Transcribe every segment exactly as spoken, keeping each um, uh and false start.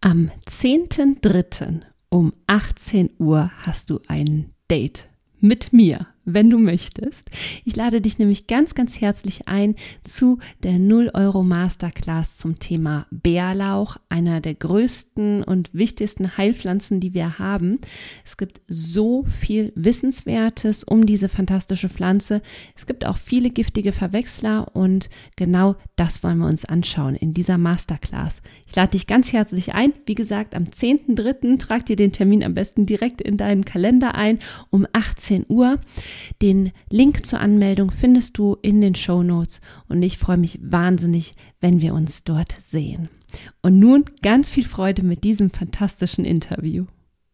Am zehnten dritten um achtzehn Uhr hast du ein Date mit mir, wenn du möchtest. Ich lade dich nämlich ganz, ganz herzlich ein zu der null Euro Masterclass zum Thema Bärlauch, einer der größten und wichtigsten Heilpflanzen, die wir haben. Es gibt so viel Wissenswertes um diese fantastische Pflanze. Es gibt auch viele giftige Verwechsler und genau das wollen wir uns anschauen in dieser Masterclass. Ich lade dich ganz herzlich ein. Wie gesagt, am zehnten dritten trag dir den Termin am besten direkt in deinen Kalender ein um achtzehn Uhr. Den Link zur Anmeldung findest du in den Shownotes und ich freue mich wahnsinnig, wenn wir uns dort sehen. Und nun ganz viel Freude mit diesem fantastischen Interview.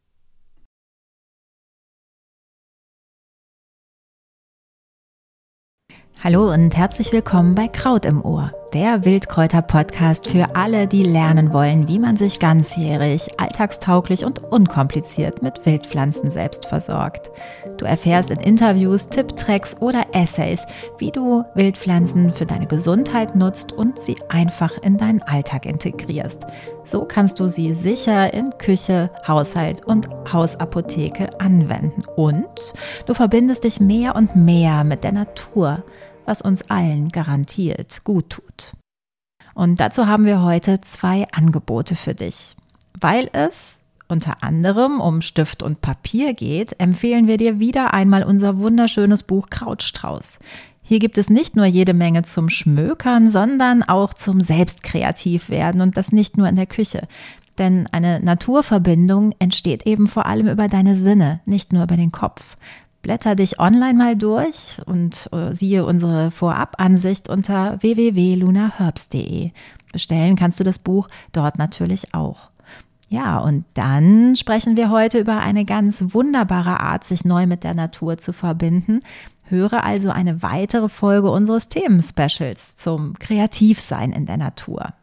Hallo und herzlich willkommen bei Kraut im Ohr, der Wildkräuter-Podcast für alle, die lernen wollen, wie man sich ganzjährig, alltagstauglich und unkompliziert mit Wildpflanzen selbst versorgt. Du erfährst in Interviews, Tipptracks oder Essays, wie du Wildpflanzen für deine Gesundheit nutzt und sie einfach in deinen Alltag integrierst. So kannst du sie sicher in Küche, Haushalt und Hausapotheke anwenden. Und du verbindest dich mehr und mehr mit der Natur, was uns allen garantiert gut tut. Und dazu haben wir heute zwei Angebote für dich. Weil es unter anderem um Stift und Papier geht, empfehlen wir dir wieder einmal unser wunderschönes Buch Krautstrauß. Hier gibt es nicht nur jede Menge zum Schmökern, sondern auch zum Selbstkreativwerden und das nicht nur in der Küche. Denn eine Naturverbindung entsteht eben vor allem über deine Sinne, nicht nur über den Kopf. Blätter dich online mal durch und uh, siehe unsere Vorabansicht unter w w w punkt luna herbs punkt d e. Bestellen kannst du das Buch dort natürlich auch. Ja, und dann sprechen wir heute über eine ganz wunderbare Art, sich neu mit der Natur zu verbinden. Höre also eine weitere Folge unseres Themen-Specials zum Kreativsein in der Natur.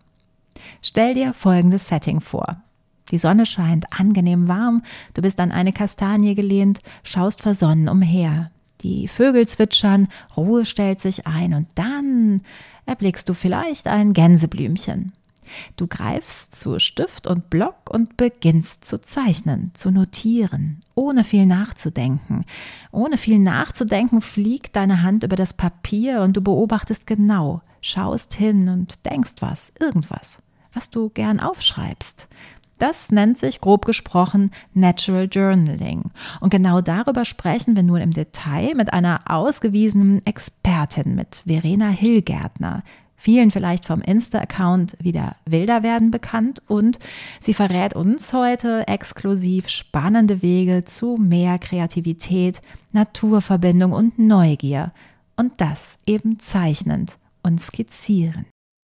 Stell dir folgendes Setting vor. Die Sonne scheint angenehm warm, du bist an eine Kastanie gelehnt, schaust versonnen umher. Die Vögel zwitschern, Ruhe stellt sich ein und dann erblickst du vielleicht ein Gänseblümchen. Du greifst zu Stift und Block und beginnst zu zeichnen, zu notieren, ohne viel nachzudenken. Ohne viel nachzudenken fliegt deine Hand über das Papier und du beobachtest genau, schaust hin und denkst was, irgendwas, was du gern aufschreibst. Das nennt sich grob gesprochen Natural Journaling. Und genau darüber sprechen wir nun im Detail mit einer ausgewiesenen Expertin, mit Verena Hillgärtner. Vielen vielleicht vom Insta-Account wieder Wilder werden bekannt und sie verrät uns heute exklusiv spannende Wege zu mehr Kreativität, Naturverbindung und Neugier. Und das eben zeichnend und skizzierend.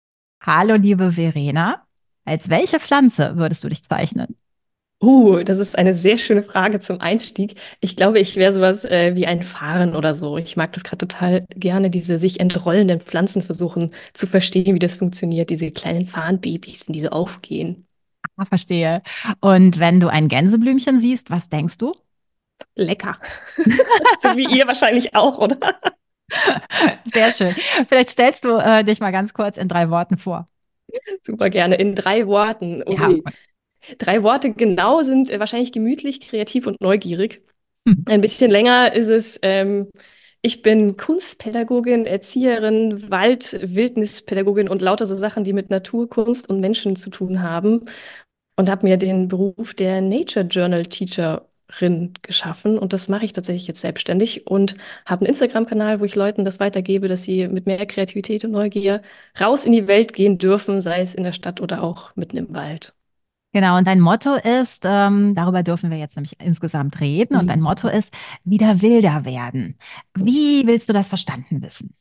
Hallo liebe Verena. Als welche Pflanze würdest du dich zeichnen? Uh, das ist eine sehr schöne Frage zum Einstieg. Ich glaube, ich wäre sowas äh, wie ein Farn oder so. Ich mag das gerade total gerne, diese sich entrollenden Pflanzen versuchen zu verstehen, wie das funktioniert, diese kleinen Farnbabys, wenn die so aufgehen. Ah, verstehe. Und wenn du ein Gänseblümchen siehst, was denkst du? Lecker. So wie ihr wahrscheinlich auch, oder? Sehr schön. Vielleicht stellst du äh, dich mal ganz kurz in drei Worten vor. Super gerne. In drei Worten. Ja. Ui. Drei Worte genau sind äh, wahrscheinlich gemütlich, kreativ und neugierig. Ein bisschen länger ist es, ähm, ich bin Kunstpädagogin, Erzieherin, Wald-, Wildnispädagogin und lauter so Sachen, die mit Natur, Kunst und Menschen zu tun haben. Und habe mir den Beruf der Nature Journal Teacherin geschaffen. Und das mache ich tatsächlich jetzt selbstständig und habe einen Instagram-Kanal, wo ich Leuten das weitergebe, dass sie mit mehr Kreativität und Neugier raus in die Welt gehen dürfen, sei es in der Stadt oder auch mitten im Wald. Genau, und dein Motto ist, ähm, darüber dürfen wir jetzt nämlich insgesamt reden, und dein Motto ist, wieder wilder werden. Wie willst du das verstanden wissen?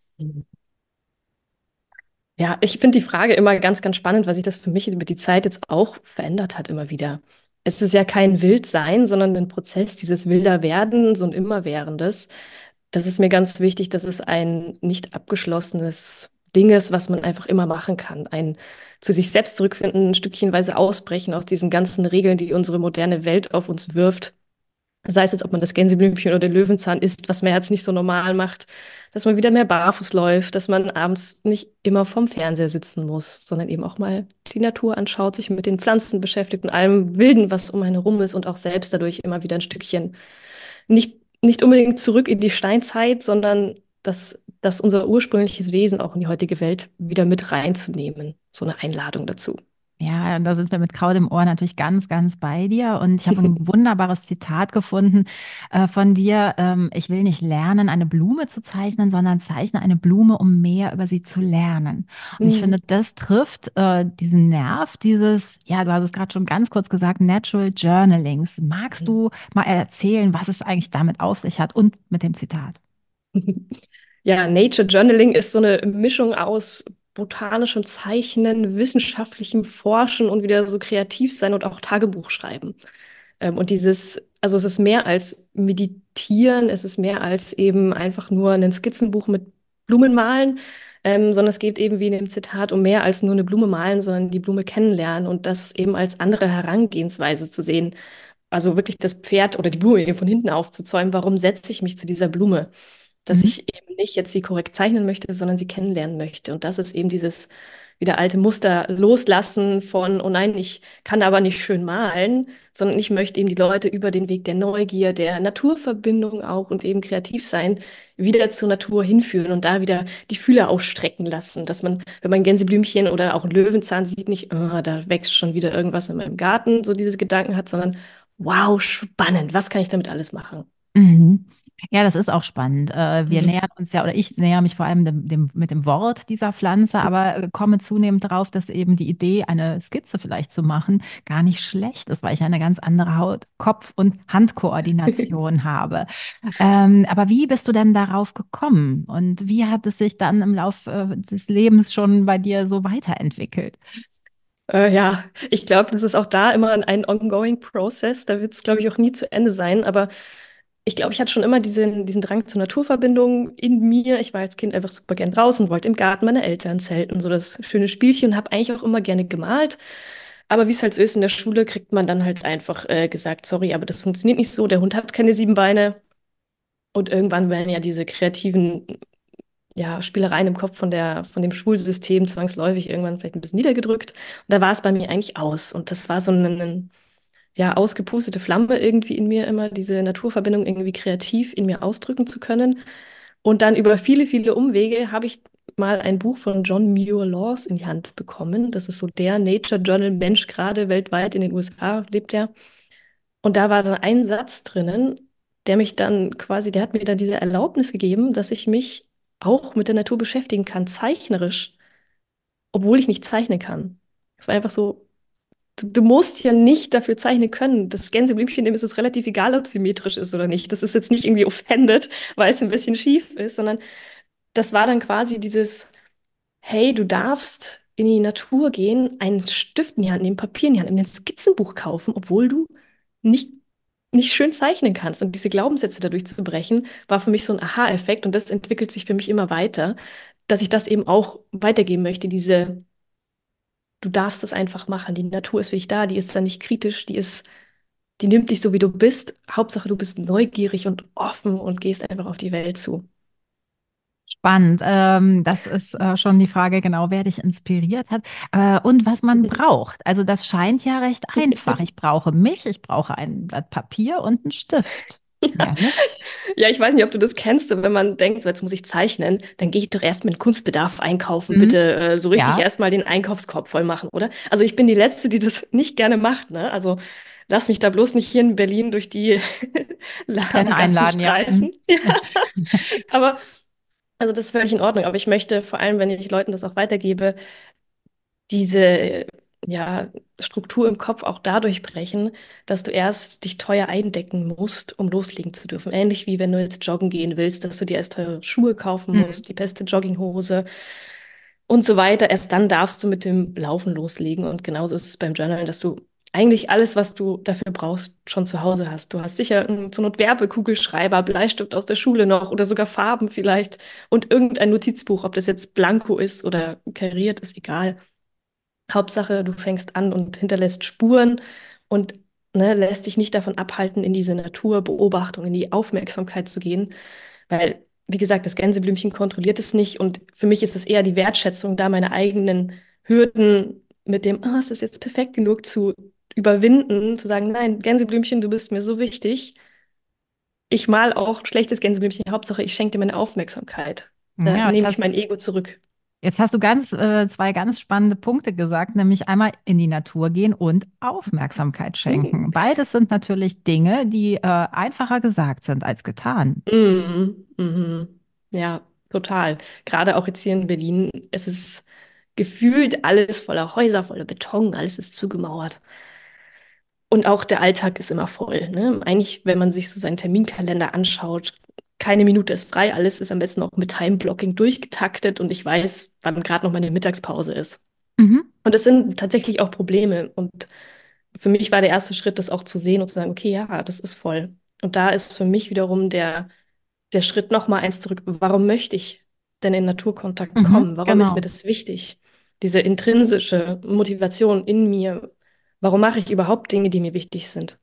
Ja, ich finde die Frage immer ganz, ganz spannend, weil sich das für mich über die Zeit jetzt auch verändert hat, immer wieder. Es ist ja kein Wildsein, sondern ein Prozess, dieses wilder Werden, so ein Immerwährendes. Das ist mir ganz wichtig, dass es ein nicht abgeschlossenes Ding ist, was man einfach immer machen kann. Ein zu sich selbst zurückfinden, ein Stückchenweise ausbrechen aus diesen ganzen Regeln, die unsere moderne Welt auf uns wirft. Sei es jetzt, ob man das Gänseblümchen oder den Löwenzahn isst, was man jetzt nicht so normal macht, dass man wieder mehr barfuß läuft, dass man abends nicht immer vorm Fernseher sitzen muss, sondern eben auch mal die Natur anschaut, sich mit den Pflanzen beschäftigt und allem Wilden, was um einen herum ist und auch selbst dadurch immer wieder ein Stückchen nicht, nicht unbedingt zurück in die Steinzeit, sondern das, das unser ursprüngliches Wesen auch in die heutige Welt wieder mit reinzunehmen. So eine Einladung dazu. Ja, und da sind wir mit Kraut im Ohr natürlich ganz, ganz bei dir. Und ich habe ein wunderbares Zitat gefunden äh, von dir. Ähm, ich will nicht lernen, eine Blume zu zeichnen, sondern zeichne eine Blume, um mehr über sie zu lernen. Und ich finde, Mhm. das trifft äh, diesen Nerv, dieses, ja, du hast es gerade schon ganz kurz gesagt, Natural Journalings. Magst du mal erzählen, was es eigentlich damit auf sich hat und mit dem Zitat? Ja, Nature Journaling ist so eine Mischung aus botanischem Zeichnen, wissenschaftlichem Forschen und wieder so kreativ sein und auch Tagebuch schreiben. Ähm, und dieses, also es ist mehr als Meditieren, es ist mehr als eben einfach nur ein Skizzenbuch mit Blumen malen, ähm, sondern es geht eben wie in dem Zitat um mehr als nur eine Blume malen, sondern die Blume kennenlernen und das eben als andere Herangehensweise zu sehen. Also wirklich das Pferd oder die Blume eben von hinten aufzuzäumen. Warum setze ich mich zu dieser Blume? Dass Mhm. ich eben nicht jetzt sie korrekt zeichnen möchte, sondern sie kennenlernen möchte. Und das ist eben dieses wieder alte Muster loslassen von, oh nein, ich kann aber nicht schön malen, sondern ich möchte eben die Leute über den Weg der Neugier, der Naturverbindung auch und eben kreativ sein, wieder zur Natur hinführen und da wieder die Fühler ausstrecken lassen. Dass man, wenn man ein Gänseblümchen oder auch einen Löwenzahn sieht, nicht, oh, da wächst schon wieder irgendwas in meinem Garten, so diese Gedanken hat, sondern wow, spannend, was kann ich damit alles machen? Mhm. Ja, das ist auch spannend. Äh, Wir nähern uns ja, oder ich näher mich vor allem dem, dem, mit dem Wort dieser Pflanze, aber äh, komme zunehmend darauf, dass eben die Idee, eine Skizze vielleicht zu machen, gar nicht schlecht ist, weil ich eine ganz andere Haut, Kopf- und Handkoordination habe. Ähm, aber wie bist du denn darauf gekommen? Und wie hat es sich dann im Laufe äh, des Lebens schon bei dir so weiterentwickelt? Äh, ja, ich glaube, das ist auch da immer ein, ein ongoing Process. Da wird es, glaube ich, auch nie zu Ende sein. Aber ich glaube, ich hatte schon immer diesen, diesen Drang zur Naturverbindung in mir. Ich war als Kind einfach super gern draußen, wollte im Garten meine Eltern zelten, so das schöne Spielchen und habe eigentlich auch immer gerne gemalt. Aber wie es halt so ist in der Schule, kriegt man dann halt einfach äh, gesagt, sorry, aber das funktioniert nicht so. Der Hund hat keine sieben Beine. Und irgendwann werden ja diese kreativen ja, Spielereien im Kopf von der, von dem Schulsystem zwangsläufig irgendwann vielleicht ein bisschen niedergedrückt. Und da war es bei mir eigentlich aus. Und das war so ein, ein ja, ausgepustete Flamme irgendwie in mir immer, diese Naturverbindung irgendwie kreativ in mir ausdrücken zu können. Und dann über viele, viele Umwege habe ich mal ein Buch von John Muir Laws in die Hand bekommen. Das ist so der Nature Journal Mensch, gerade weltweit in den U S A lebt er. Und da war dann ein Satz drinnen, der mich dann quasi, der hat mir dann diese Erlaubnis gegeben, dass ich mich auch mit der Natur beschäftigen kann, zeichnerisch, obwohl ich nicht zeichnen kann. Es war einfach so, du, du musst ja nicht dafür zeichnen können. Das Gänseblümchen, dem ist es relativ egal, ob es symmetrisch ist oder nicht. Das ist jetzt nicht irgendwie offended, weil es ein bisschen schief ist, sondern das war dann quasi dieses, hey, du darfst in die Natur gehen, einen Stift in die Hand nehmen, Papier in die Hand nehmen, ein Skizzenbuch kaufen, obwohl du nicht, nicht schön zeichnen kannst. Und diese Glaubenssätze dadurch zu brechen, war für mich so ein Aha-Effekt. Und das entwickelt sich für mich immer weiter, dass ich das eben auch weitergeben möchte, diese du darfst es einfach machen. Die Natur ist für dich da, die ist dann nicht kritisch, die ist, die nimmt dich so, wie du bist. Hauptsache, du bist neugierig und offen und gehst einfach auf die Welt zu. Spannend. Ähm, das ist äh, schon die Frage, genau, wer dich inspiriert hat. Äh, und was man braucht. Also das scheint ja recht einfach. Ich brauche mich, ich brauche ein Blatt Papier und einen Stift. Ja. Mehr nicht. Ja, ich weiß nicht, ob du das kennst, wenn man denkt, so jetzt muss ich zeichnen, dann gehe ich doch erst mit Kunstbedarf einkaufen. Mhm. Bitte äh, so richtig Ja, erstmal den Einkaufskorb voll machen, oder? Also ich bin die Letzte, die das nicht gerne macht, ne? Also lass mich da bloß nicht hier in Berlin durch die ich kenne Ladengassen Einladen, ja. streifen. Mhm. Ja. Aber also das ist völlig in Ordnung. Aber ich möchte vor allem, wenn ich Leuten das auch weitergebe, diese ja, Struktur im Kopf auch dadurch brechen, dass du erst dich teuer eindecken musst, um loslegen zu dürfen. Ähnlich wie wenn du jetzt joggen gehen willst, dass du dir erst teure Schuhe kaufen Mhm. musst, die beste Jogginghose und so weiter. Erst dann darfst du mit dem Laufen loslegen. Und genauso ist es beim Journalen, dass du eigentlich alles, was du dafür brauchst, schon zu Hause hast. Du hast sicher einen, zur Not Werbekugelschreiber, Bleistift aus der Schule noch oder sogar Farben vielleicht und irgendein Notizbuch, ob das jetzt blanko ist oder kariert, ist egal. Hauptsache, du fängst an und hinterlässt Spuren. Und ne, lässt dich nicht davon abhalten, in diese Naturbeobachtung, in die Aufmerksamkeit zu gehen, weil, wie gesagt, das Gänseblümchen kontrolliert es nicht und für mich ist es eher die Wertschätzung, da meine eigenen Hürden mit dem, ah, es ist jetzt perfekt genug zu überwinden, zu sagen, nein, Gänseblümchen, du bist mir so wichtig. Ich mal auch ein schlechtes Gänseblümchen, Hauptsache, ich schenke dir meine Aufmerksamkeit. Da Ja, jetzt nehme ich hast, mein Ego zurück. jetzt hast du ganz, äh, zwei ganz spannende Punkte gesagt, nämlich einmal in die Natur gehen und Aufmerksamkeit Mhm. schenken. Beides sind natürlich Dinge, die äh, einfacher gesagt sind als getan. Mhm. Mhm. Ja, total. Gerade auch jetzt hier in Berlin, es ist gefühlt alles voller Häuser, voller Beton, alles ist zugemauert. Und auch der Alltag ist immer voll, ne? Eigentlich, wenn man sich so seinen Terminkalender anschaut, keine Minute ist frei, alles ist am besten auch mit Time-Blocking durchgetaktet und ich weiß, wann gerade noch meine Mittagspause ist. Mhm. Und das sind tatsächlich auch Probleme. Und für mich war der erste Schritt, das auch zu sehen und zu sagen, okay, ja, das ist voll. Und da ist für mich wiederum der, der Schritt noch mal eins zurück. Warum möchte ich denn in Naturkontakt Mhm. kommen? Warum ist mir Genau. das wichtig? Diese intrinsische Motivation in mir. Warum mache ich überhaupt Dinge, die mir wichtig sind?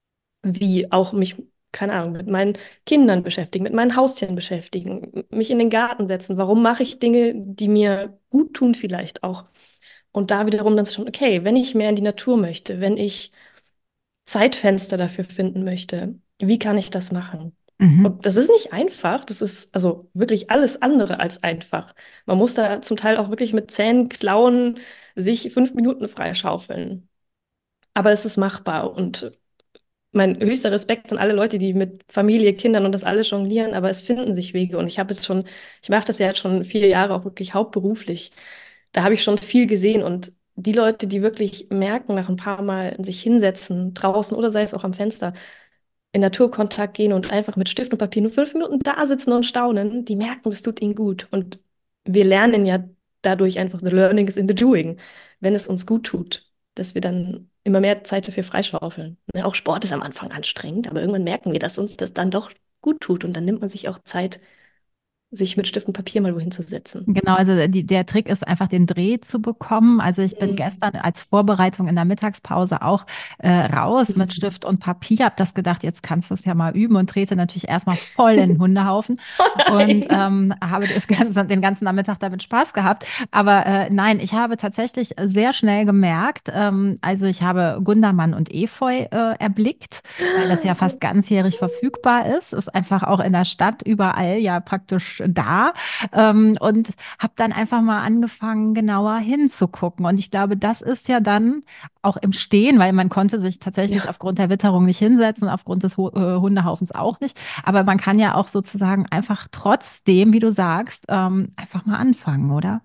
Wie auch mich, keine Ahnung, mit meinen Kindern beschäftigen, mit meinen Haustieren beschäftigen, mich in den Garten setzen. Warum mache ich Dinge, die mir gut tun vielleicht auch? Und da wiederum dann schon, okay, wenn ich mehr in die Natur möchte, wenn ich Zeitfenster dafür finden möchte, wie kann ich das machen? Mhm. Und das ist nicht einfach, das ist also wirklich alles andere als einfach. Man muss da zum Teil auch wirklich mit Zähnen, Klauen sich fünf Minuten freischaufeln. Aber es ist machbar und mein höchster Respekt an alle Leute, die mit Familie, Kindern und das alles jonglieren, aber es finden sich Wege und ich habe es schon, ich mache das ja jetzt schon vier Jahre auch wirklich hauptberuflich. Da habe ich schon viel gesehen und die Leute, die wirklich merken, nach ein paar Mal sich hinsetzen, draußen oder sei es auch am Fenster, in Naturkontakt gehen und einfach mit Stift und Papier nur fünf Minuten da sitzen und staunen, die merken, das tut ihnen gut. Und wir lernen ja dadurch einfach, the learning is in the doing, wenn es uns gut tut, dass wir dann immer mehr Zeit dafür freischaufeln. Ne, auch Sport ist am Anfang anstrengend, aber irgendwann merken wir, dass uns das dann doch gut tut und dann nimmt man sich auch Zeit, sich mit Stift und Papier mal wohin zu setzen. Genau, also die, der Trick ist einfach den Dreh zu bekommen. Also ich bin Mhm. gestern als Vorbereitung in der Mittagspause auch äh, raus mit Stift und Papier, habe das gedacht, jetzt kannst du es ja mal üben und trete natürlich erstmal voll in den Hundehaufen Oh und nein. ähm, habe das ganze, den ganzen Nachmittag damit Spaß gehabt. Aber äh, nein, ich habe tatsächlich sehr schnell gemerkt, ähm, also ich habe Gundermann und Efeu äh, erblickt, weil das ja fast ganzjährig verfügbar ist, ist einfach auch in der Stadt überall ja praktisch da. Ähm, und habe dann einfach mal angefangen, genauer hinzugucken. Und ich glaube, das ist ja dann auch im Stehen, weil man konnte sich tatsächlich Ja. aufgrund der Witterung nicht hinsetzen, aufgrund des Hu- äh, Hundehaufens auch nicht. Aber man kann ja auch sozusagen einfach trotzdem, wie du sagst, ähm, einfach mal anfangen, oder?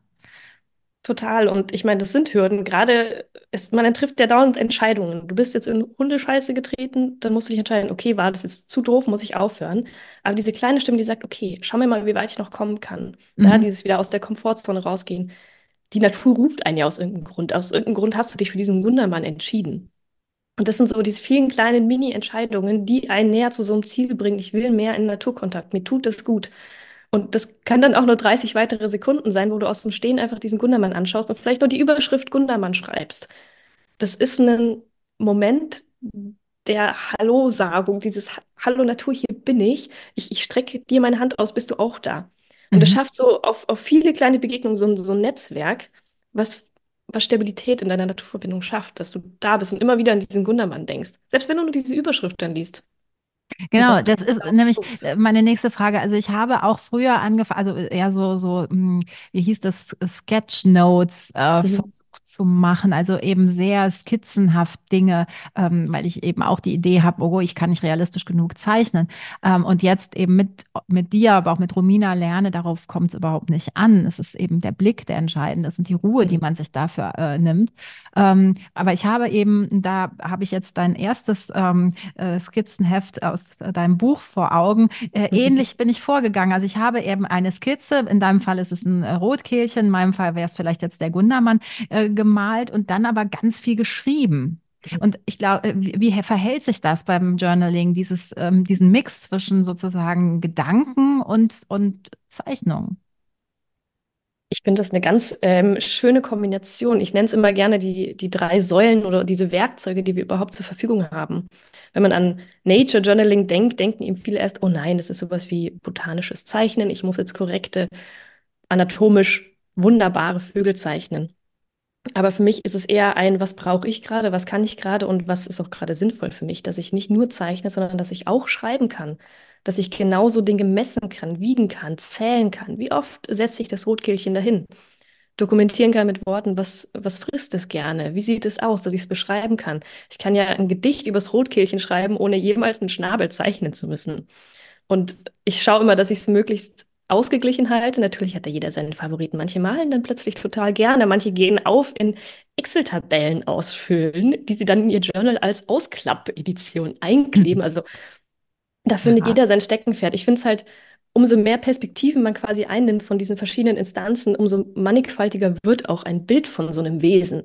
Total. Und ich meine, das sind Hürden. Gerade, ist, man trifft ja dauernd Entscheidungen. Du bist jetzt in Hundescheiße getreten, dann musst du dich entscheiden, okay, war das jetzt zu doof, muss ich aufhören? Aber diese kleine Stimme, die sagt, okay, schau mir mal, wie weit ich noch kommen kann. Da Mhm. dieses wieder aus der Komfortzone rausgehen. Die Natur ruft einen ja aus irgendeinem Grund. Aus irgendeinem Grund hast du dich für diesen Gundermann entschieden. Und das sind so diese vielen kleinen Mini-Entscheidungen, die einen näher zu so einem Ziel bringen. Ich will mehr in Naturkontakt. Mir tut das gut. Und das kann dann auch nur dreißig weitere Sekunden sein, wo du aus dem Stehen einfach diesen Gundermann anschaust und vielleicht nur die Überschrift Gundermann schreibst. Das ist ein Moment der Hallo-Sagung, dieses Ha- Hallo Natur, hier bin ich. Ich, ich strecke dir meine Hand aus, bist du auch da? Und es Mhm. schafft so auf, auf viele kleine Begegnungen so, ein- so ein Netzwerk, was, was Stabilität in deiner Naturverbindung schafft, dass du da bist und immer wieder an diesen Gundermann denkst. Selbst wenn du nur diese Überschrift dann liest. Und Genau, was das tut ist da auf nämlich Punkt. äh, meine nächste Frage. Also ich habe auch früher angefangen, also eher so, so, hm, wie hieß das, Sketchnotes äh, Mhm. versucht zu machen, also eben sehr skizzenhaft Dinge, ähm, weil ich eben auch die Idee habe, oh, ich kann nicht realistisch genug zeichnen. Ähm, und jetzt eben mit, mit dir, aber auch mit Romina lerne, darauf kommt es überhaupt nicht an. Es ist eben der Blick, der entscheidend ist und die Ruhe, die Mhm. man sich dafür äh, nimmt. Ähm, aber ich habe eben, da habe ich jetzt dein erstes ähm, äh, Skizzenheft aus äh, deinem Buch vor Augen. Äh, Mhm. ähnlich bin ich vorgegangen. Also ich habe eben eine Skizze, in deinem Fall ist es ein äh, Rotkehlchen, in meinem Fall wäre es vielleicht jetzt der Gundermann, äh, gemalt und dann aber ganz viel geschrieben. Und ich glaube, wie, wie verhält sich das beim Journaling, dieses, ähm, diesen Mix zwischen sozusagen Gedanken und, und Zeichnung? Ich finde das eine ganz ähm, schöne Kombination. Ich nenne es immer gerne die, die drei Säulen oder diese Werkzeuge, die wir überhaupt zur Verfügung haben. Wenn man an Nature Journaling denkt, denken ihm viele erst, oh nein, das ist sowas wie botanisches Zeichnen. Ich muss jetzt korrekte, anatomisch wunderbare Vögel zeichnen. Aber für mich ist es eher ein, was brauche ich gerade, was kann ich gerade und was ist auch gerade sinnvoll für mich, dass ich nicht nur zeichne, sondern dass ich auch schreiben kann, dass ich genauso Dinge messen kann, wiegen kann, zählen kann. Wie oft setze ich das Rotkehlchen dahin? Dokumentieren kann mit Worten, was, was frisst es gerne? Wie sieht es aus, dass ich es beschreiben kann? Ich kann ja ein Gedicht übers Rotkehlchen schreiben, ohne jemals einen Schnabel zeichnen zu müssen. Und ich schaue immer, dass ich es möglichst ausgeglichen halte. Natürlich hat da jeder seinen Favoriten. Manche malen dann plötzlich total gerne, manche gehen auf in Excel-Tabellen ausfüllen, die sie dann in ihr Journal als Ausklapp-Edition einkleben. Also da findet Ja. jeder sein Steckenpferd. Ich finde es halt, umso mehr Perspektiven man quasi einnimmt von diesen verschiedenen Instanzen, umso mannigfaltiger wird auch ein Bild von so einem Wesen.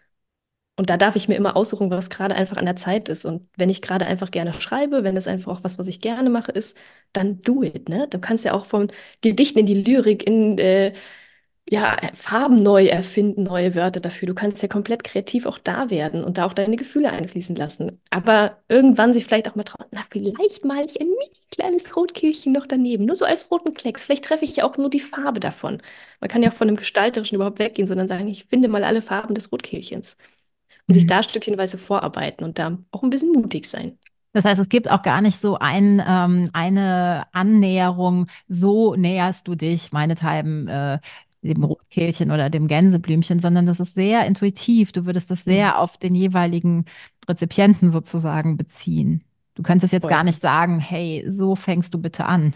Und da darf ich mir immer aussuchen, was gerade einfach an der Zeit ist. Und wenn ich gerade einfach gerne schreibe, wenn es einfach auch was, was ich gerne mache, ist, dann do it, ne? Du kannst ja auch von Gedichten in die Lyrik, in äh, ja, Farben neu erfinden, neue Wörter dafür. Du kannst ja komplett kreativ auch da werden und da auch deine Gefühle einfließen lassen. Aber irgendwann sich vielleicht auch mal trauen, na, vielleicht male ich ein mini kleines Rotkehlchen noch daneben, nur so als roten Klecks. Vielleicht treffe ich ja auch nur die Farbe davon. Man kann ja auch von dem Gestalterischen überhaupt weggehen, sondern sagen, ich finde mal alle Farben des Rotkehlchens und sich Mhm. da stückchenweise vorarbeiten und da auch ein bisschen mutig sein. Das heißt, es gibt auch gar nicht so ein, ähm, eine Annäherung, so näherst du dich meinethalben äh, dem Rotkehlchen oder dem Gänseblümchen, sondern das ist sehr intuitiv. Du würdest das Mhm. sehr auf den jeweiligen Rezipienten sozusagen beziehen. Du könntest jetzt gar Voll. nicht sagen, hey, so fängst du bitte an.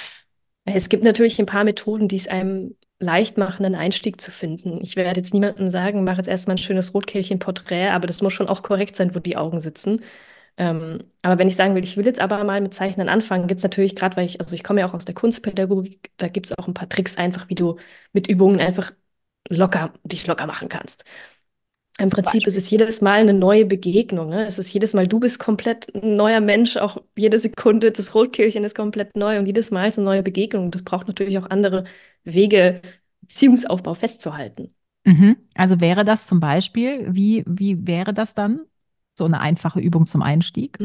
Es gibt natürlich ein paar Methoden, die es einem leicht machen, einen Einstieg zu finden. Ich werde jetzt niemandem sagen, mach jetzt erstmal ein schönes Rotkehlchen-Porträt, aber das muss schon auch korrekt sein, wo die Augen sitzen. Ähm, aber wenn ich sagen will, ich will jetzt aber mal mit Zeichnen anfangen, gibt es natürlich gerade, weil ich, also ich komme ja auch aus der Kunstpädagogik, da gibt es auch ein paar Tricks einfach, wie du mit Übungen einfach locker, dich locker machen kannst. Im Zum Prinzip ist Beispiel. es jedes Mal eine neue Begegnung, ne? Es ist jedes Mal, du bist komplett ein neuer Mensch, auch jede Sekunde, das Rotkehlchen ist komplett neu und jedes Mal ist eine neue Begegnung. Das braucht natürlich auch andere Wege, Beziehungsaufbau festzuhalten. Mhm. Also wäre das zum Beispiel, wie, wie wäre das dann? So eine einfache Übung zum Einstieg?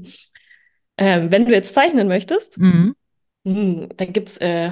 Ähm, wenn du jetzt zeichnen möchtest, Mhm. hm, dann gibt es äh,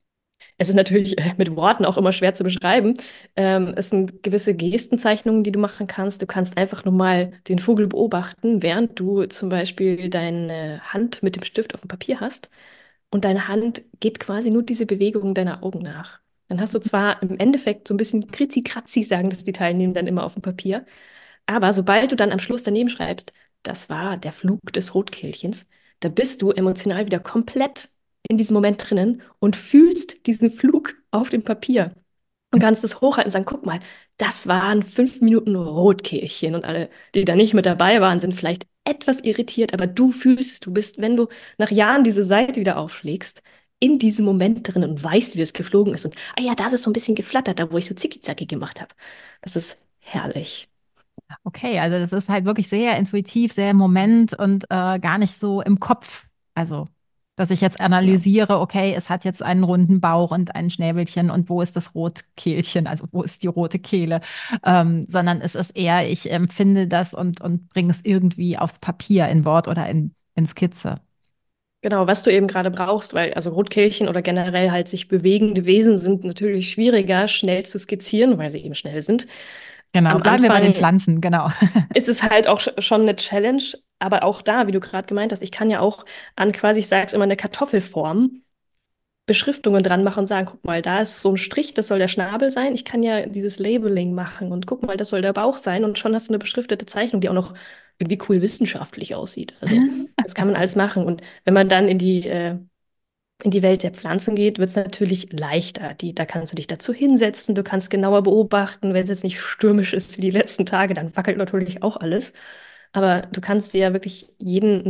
es ist natürlich äh, mit Worten auch immer schwer zu beschreiben. Ähm, es sind gewisse Gestenzeichnungen, die du machen kannst. Du kannst einfach nur mal den Vogel beobachten, während du zum Beispiel deine Hand mit dem Stift auf dem Papier hast. Und deine Hand geht quasi nur diese Bewegung deiner Augen nach. Dann hast du zwar im Endeffekt so ein bisschen kritzi-kratzi, sagen das die Teilnehmer dann immer auf dem Papier. Aber sobald du dann am Schluss daneben schreibst, das war der Flug des Rotkehlchens, da bist du emotional wieder komplett in diesem Moment drinnen und fühlst diesen Flug auf dem Papier und kannst es hochhalten und sagen, guck mal, das waren fünf Minuten Rotkehlchen und alle, die da nicht mit dabei waren, sind vielleicht etwas irritiert, aber du fühlst es, du bist, wenn du nach Jahren diese Seite wieder aufschlägst, in diesem Moment drin und weißt, wie das geflogen ist und, ah ja, da ist es so ein bisschen geflattert, da wo ich so zicki-zacki gemacht habe. Das ist herrlich. Okay, also das ist halt wirklich sehr intuitiv, sehr im Moment und äh, gar nicht so im Kopf. Also, dass ich jetzt Genau. analysiere, okay, es hat jetzt einen runden Bauch und ein Schnäbelchen und wo ist das Rotkehlchen, also wo ist die rote Kehle, ähm, sondern es ist eher, ich empfinde das und, und bringe es irgendwie aufs Papier in Wort oder in, in Skizze. Genau, was du eben gerade brauchst, weil also Rotkehlchen oder generell halt sich bewegende Wesen sind natürlich schwieriger schnell zu skizzieren, weil sie eben schnell sind. Genau, Am bleiben wir bei den Anfang Pflanzen, genau. ist es halt auch sch- schon eine Challenge, aber auch da, wie du gerade gemeint hast, ich kann ja auch an quasi, ich sage es immer, eine Kartoffelform Beschriftungen dran machen und sagen, guck mal, da ist so ein Strich, das soll der Schnabel sein. Ich kann ja dieses Labeling machen und guck mal, das soll der Bauch sein und schon hast du eine beschriftete Zeichnung, die auch noch irgendwie cool wissenschaftlich aussieht. Also das kann man alles machen und wenn man dann in die äh, in die Welt der Pflanzen geht, wird es natürlich leichter. Die, da kannst du dich dazu hinsetzen, du kannst genauer beobachten. Wenn es jetzt nicht stürmisch ist wie die letzten Tage, dann wackelt natürlich auch alles. Aber du kannst dir ja wirklich jeden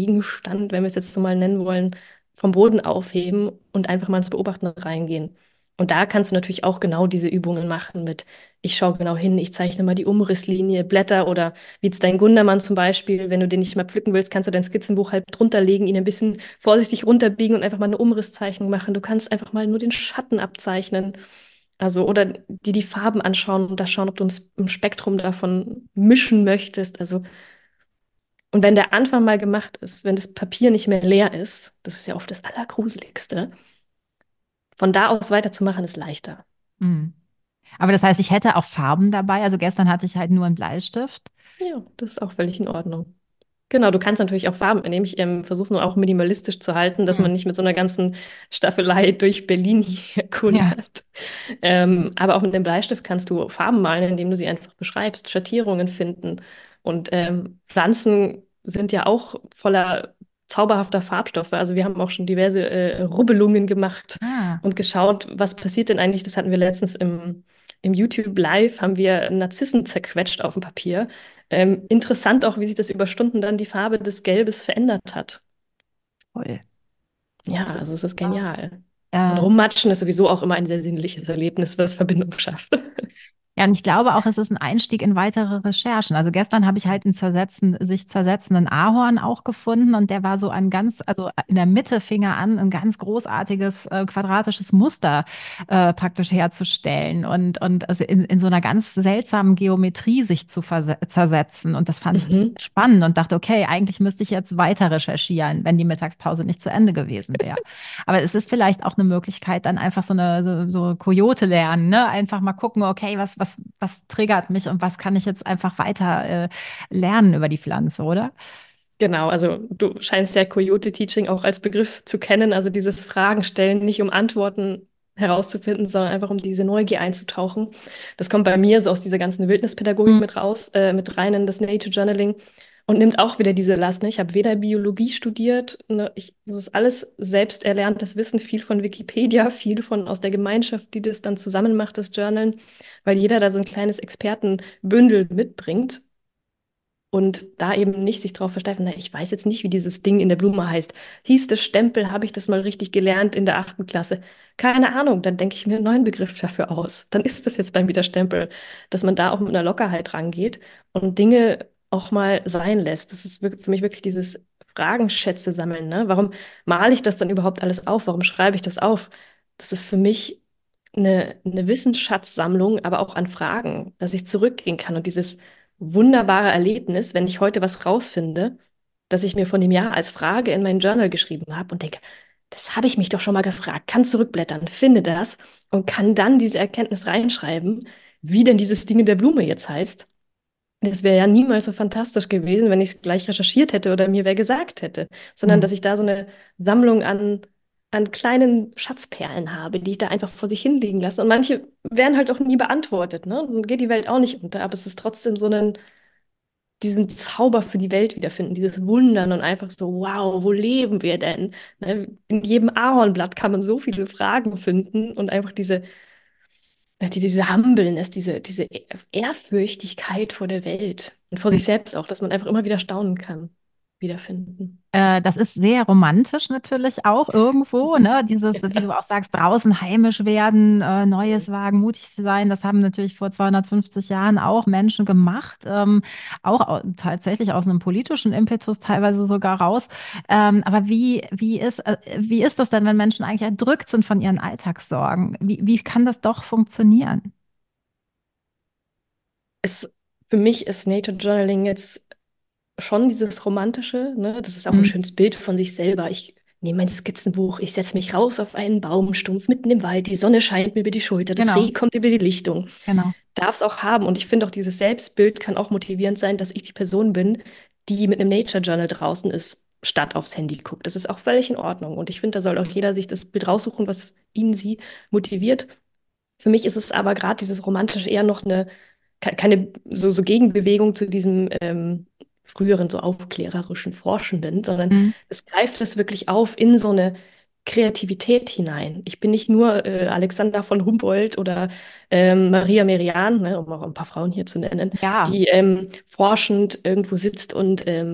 Naturgegenstand, wenn wir es jetzt so mal nennen wollen, vom Boden aufheben und einfach mal ins Beobachten reingehen. Und da kannst du natürlich auch genau diese Übungen machen mit, ich schaue genau hin, ich zeichne mal die Umrisslinie, Blätter oder wie jetzt dein Gundermann zum Beispiel, wenn du den nicht mehr pflücken willst, kannst du dein Skizzenbuch halt drunter legen, ihn ein bisschen vorsichtig runterbiegen und einfach mal eine Umrisszeichnung machen. Du kannst einfach mal nur den Schatten abzeichnen. Also, oder dir die Farben anschauen und da schauen, ob du ein S- ein Spektrum davon mischen möchtest. Also, und wenn der Anfang mal gemacht ist, wenn das Papier nicht mehr leer ist, das ist ja oft das Allergruseligste, von da aus weiterzumachen ist leichter. Mhm. Aber das heißt, ich hätte auch Farben dabei. Also gestern hatte ich halt nur einen Bleistift. Ja, das ist auch völlig in Ordnung. Genau, du kannst natürlich auch Farben nehmen. Ich ähm, versuche es nur auch minimalistisch zu halten, dass Mhm. man nicht mit so einer ganzen Staffelei durch Berlin hier Ja, kullert. Ähm, aber auch mit dem Bleistift kannst du Farben malen, indem du sie einfach beschreibst, Schattierungen finden. Und ähm, Pflanzen sind ja auch voller zauberhafter Farbstoffe. Also wir haben auch schon diverse äh, Rubbelungen gemacht ah, und geschaut, was passiert denn eigentlich. Das hatten wir letztens im, im YouTube Live, haben wir Narzissen zerquetscht auf dem Papier. Ähm, interessant auch, wie sich das über Stunden dann die Farbe des Gelbes verändert hat. toll. Ja, Das ist also es ist super. genial. Und Äh, Rummatschen ist sowieso auch immer ein sehr sinnliches Erlebnis, was Verbindung schafft. Ja, und ich glaube auch, es ist ein Einstieg in weitere Recherchen. Also gestern habe ich halt einen zersetzen, sich zersetzenden Ahorn auch gefunden und der war so ein ganz, also in der Mitte fing er an, ein ganz großartiges äh, quadratisches Muster äh, praktisch herzustellen und, und also in, in so einer ganz seltsamen Geometrie sich zu verse- zersetzen. Und das fand ich total Mhm. spannend und dachte, okay, eigentlich müsste ich jetzt weiter recherchieren, wenn die Mittagspause nicht zu Ende gewesen wäre. Aber es ist vielleicht auch eine Möglichkeit, dann einfach so eine so, so Kojote lernen, ne? Einfach mal gucken, okay, was, was, was triggert mich und was kann ich jetzt einfach weiter äh, lernen über die Pflanze, oder? Genau, also du scheinst ja Coyote Teaching auch als Begriff zu kennen, also dieses Fragen stellen, nicht um Antworten herauszufinden, sondern einfach um diese Neugier einzutauchen. Das kommt bei mir so aus dieser ganzen Wildnispädagogik Mhm. mit raus, äh, mit rein in das Nature Journaling und nimmt auch wieder diese Last. Ne? Ich habe weder Biologie studiert, ne? Ich, das ist alles selbst erlerntes Wissen, viel von Wikipedia, viel von aus der Gemeinschaft, die das dann zusammen macht, das Journalen, weil jeder da so ein kleines Expertenbündel mitbringt. Und da eben nicht sich darauf versteifen, na, ich weiß jetzt nicht, wie dieses Ding in der Blume heißt. Hieß das Stempel, habe ich das mal richtig gelernt in der achten Klasse? Keine Ahnung, dann denke ich mir einen neuen Begriff dafür aus. Dann ist das jetzt beim wieder Stempel, dass man da auch mit einer Lockerheit rangeht und Dinge auch mal sein lässt. Das ist wirk- für mich wirklich dieses Fragenschätze sammeln, ne? Warum male ich das dann überhaupt alles auf? Warum schreibe ich das auf? Das ist für mich eine, eine Wissensschatzsammlung, aber auch an Fragen, dass ich zurückgehen kann und dieses wunderbare Erlebnis, wenn ich heute was rausfinde, das ich mir von dem Jahr als Frage in mein Journal geschrieben habe und denke, das habe ich mich doch schon mal gefragt, kann zurückblättern, finde das und kann dann diese Erkenntnis reinschreiben, wie denn dieses Ding in der Blume jetzt heißt. Das wäre ja niemals so fantastisch gewesen, wenn ich es gleich recherchiert hätte oder mir wer gesagt hätte, sondern Mhm. dass ich da so eine Sammlung an, an kleinen Schatzperlen habe, die ich da einfach vor sich hinliegen lasse. Und manche werden halt auch nie beantwortet, ne? Dann geht die Welt auch nicht unter, aber es ist trotzdem so ein, diesen Zauber für die Welt wiederfinden, dieses Wundern und einfach so, wow, wo leben wir denn? Ne? In jedem Ahornblatt kann man so viele Fragen finden und einfach diese ja, die, diese Humbleness, diese, diese E- Ehrfürchtigkeit vor der Welt und vor sich selbst auch, dass man einfach immer wieder staunen kann, wiederfinden. Äh, das ist sehr romantisch natürlich auch irgendwo, ne? Dieses, wie du auch sagst, draußen heimisch werden, äh, Neues wagen, mutig zu sein. Das haben natürlich vor zweihundertfünfzig Jahren auch Menschen gemacht, ähm, auch au- tatsächlich aus einem politischen Impetus teilweise sogar raus. Ähm, aber wie, wie ist, äh, wie ist das denn, wenn Menschen eigentlich erdrückt sind von ihren Alltagssorgen? Wie, wie kann das doch funktionieren? Es, für mich ist Nature Journaling jetzt schon dieses Romantische, ne? Das ist auch ein Mhm. schönes Bild von sich selber. Ich nehme mein Skizzenbuch, ich setze mich raus auf einen Baumstumpf mitten im Wald, die Sonne scheint mir über die Schulter, das Genau, Reh kommt über die Lichtung. genau. Darf es auch haben. Und ich finde auch, dieses Selbstbild kann auch motivierend sein, dass ich die Person bin, die mit einem Nature Journal draußen ist, statt aufs Handy guckt. Das ist auch völlig in Ordnung. Und ich finde, da soll auch jeder sich das Bild raussuchen, was ihn, sie motiviert. Für mich ist es aber gerade dieses Romantische eher noch eine, ke- keine so, so Gegenbewegung zu diesem ähm, früheren, so aufklärerischen Forschenden, sondern Mhm. es greift es wirklich auf in so eine Kreativität hinein. Ich bin nicht nur äh, Alexander von Humboldt oder ähm, Maria Merian, ne, um auch ein paar Frauen hier zu nennen, Ja. die ähm, forschend irgendwo sitzt und ähm,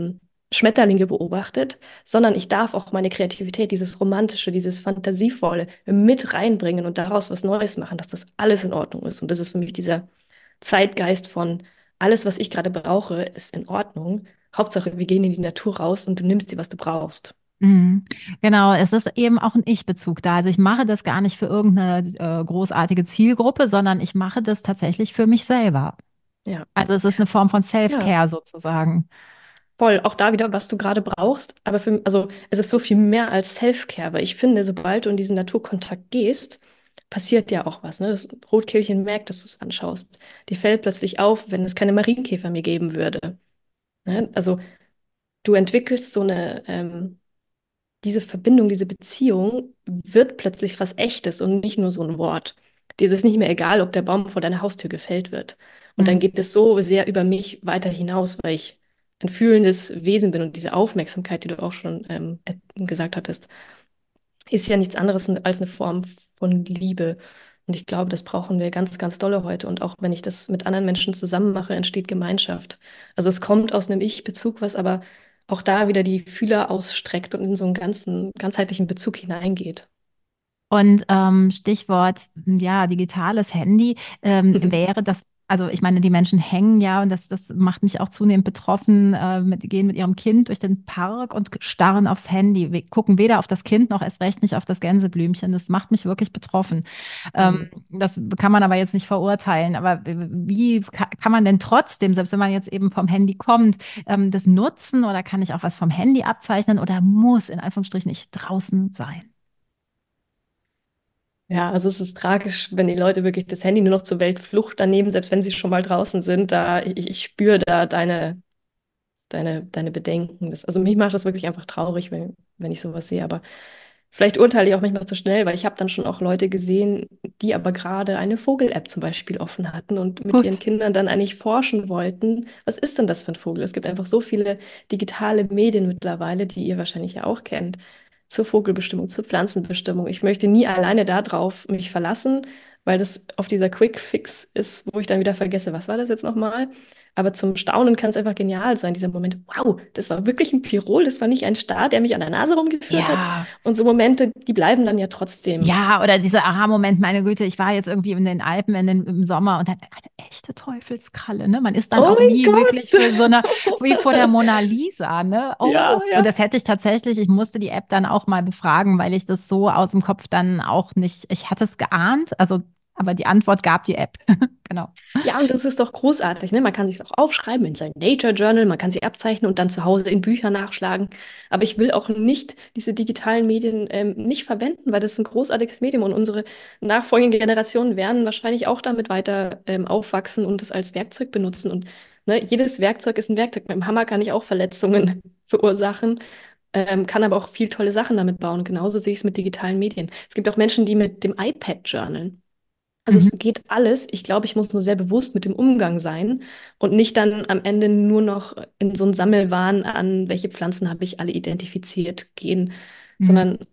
Schmetterlinge beobachtet, sondern ich darf auch meine Kreativität, dieses Romantische, dieses Fantasievolle mit reinbringen und daraus was Neues machen, dass das alles in Ordnung ist. Und das ist für mich dieser Zeitgeist von alles, was ich gerade brauche, ist in Ordnung. Hauptsache, wir gehen in die Natur raus und du nimmst dir, was du brauchst. Mhm. Genau, es ist eben auch ein Ich-Bezug da. Also ich mache das gar nicht für irgendeine äh, großartige Zielgruppe, sondern ich mache das tatsächlich für mich selber. Ja. Also es ist eine Form von Ja, Self-Care sozusagen. voll. Auch da wieder, was du gerade brauchst. Aber für, also es ist so viel mehr als Self-Care, weil ich finde, sobald du in diesen Naturkontakt gehst, passiert ja auch was. Ne? Das Rotkehlchen merkt, dass du es anschaust. Dir fällt plötzlich auf, wenn es keine Marienkäfer mehr geben würde. Ne? Also du entwickelst so eine, ähm, diese Verbindung, diese Beziehung wird plötzlich was Echtes und nicht nur so ein Wort. Dir ist es nicht mehr egal, ob der Baum vor deiner Haustür gefällt wird. Und dann Mhm. geht es so sehr über mich weiter hinaus, weil ich ein fühlendes Wesen bin und diese Aufmerksamkeit, die du auch schon ähm, äh, gesagt hattest, ist ja nichts anderes als eine Form von Liebe. Und ich glaube, das brauchen wir ganz, ganz dolle heute. Und auch wenn ich das mit anderen Menschen zusammen mache, entsteht Gemeinschaft. Also es kommt aus einem Ich-Bezug, was aber auch da wieder die Fühler ausstreckt und in so einen ganzen, ganzheitlichen Bezug hineingeht. Und ähm, Stichwort, ja, digitales Handy, ähm, wäre das, also ich meine, die Menschen hängen ja, und das, das macht mich auch zunehmend betroffen, äh, mit, gehen mit ihrem Kind durch den Park und starren aufs Handy, wir gucken weder auf das Kind noch erst recht nicht auf das Gänseblümchen. Das macht mich wirklich betroffen. Ähm, Mhm. das kann man aber jetzt nicht verurteilen. Aber wie ka- kann man denn trotzdem, selbst wenn man jetzt eben vom Handy kommt, ähm, das nutzen, oder kann ich auch was vom Handy abzeichnen oder muss in Anführungsstrichen ich draußen sein? Ja, also es ist tragisch, wenn die Leute wirklich das Handy nur noch zur Weltflucht daneben, selbst wenn sie schon mal draußen sind, da ich, ich spüre da deine, deine, deine Bedenken. Das, also mich macht das wirklich einfach traurig, wenn, wenn ich sowas sehe. Aber vielleicht urteile ich auch manchmal zu schnell, weil ich habe dann schon auch Leute gesehen, die aber gerade eine Vogel-App zum Beispiel offen hatten und mit ihren Gut. Kindern dann eigentlich forschen wollten. Was ist denn das für ein Vogel? Es gibt einfach so viele digitale Medien mittlerweile, die ihr wahrscheinlich ja auch kennt, zur Vogelbestimmung, zur Pflanzenbestimmung. Ich möchte nie alleine darauf mich verlassen, weil das auf dieser Quick Fix ist, wo ich dann wieder vergesse, was war das jetzt nochmal? Aber zum Staunen kann es einfach genial sein, dieser Moment, wow, das war wirklich ein Pirol, das war nicht ein Star, der mich an der Nase rumgeführt hat. Ja, Und so Momente, die bleiben dann ja trotzdem. ja, oder dieser Aha-Moment, meine Güte, ich war jetzt irgendwie in den Alpen in den, im Sommer und dann eine echte Teufelskralle, ne? Man ist dann Oh auch mein wie wirklich Gott! für so eine, wie vor der Mona Lisa, ne? Oh, Ja, und ja. das hätte ich tatsächlich, ich musste die App dann auch mal befragen, weil ich das so aus dem Kopf dann auch nicht, ich hatte es geahnt, also, aber die Antwort gab die App. Genau. Ja, und das ist doch großartig, ne? Man kann sich auch aufschreiben in sein Nature Journal, man kann sie abzeichnen und dann zu Hause in Bücher nachschlagen. Aber ich will auch nicht diese digitalen Medien ähm, nicht verwenden, weil das ist ein großartiges Medium und unsere nachfolgenden Generationen werden wahrscheinlich auch damit weiter ähm, aufwachsen und es als Werkzeug benutzen. Und ne, jedes Werkzeug ist ein Werkzeug. Mit dem Hammer kann ich auch Verletzungen verursachen, ähm, kann aber auch viel tolle Sachen damit bauen. Genauso sehe ich es mit digitalen Medien. Es gibt auch Menschen, die mit dem iPad journalen. Also Mhm. es geht alles. Ich glaube, ich muss nur sehr bewusst mit dem Umgang sein und nicht dann am Ende nur noch in so einen Sammelwahn an, welche Pflanzen habe ich alle identifiziert, gehen, Mhm. sondern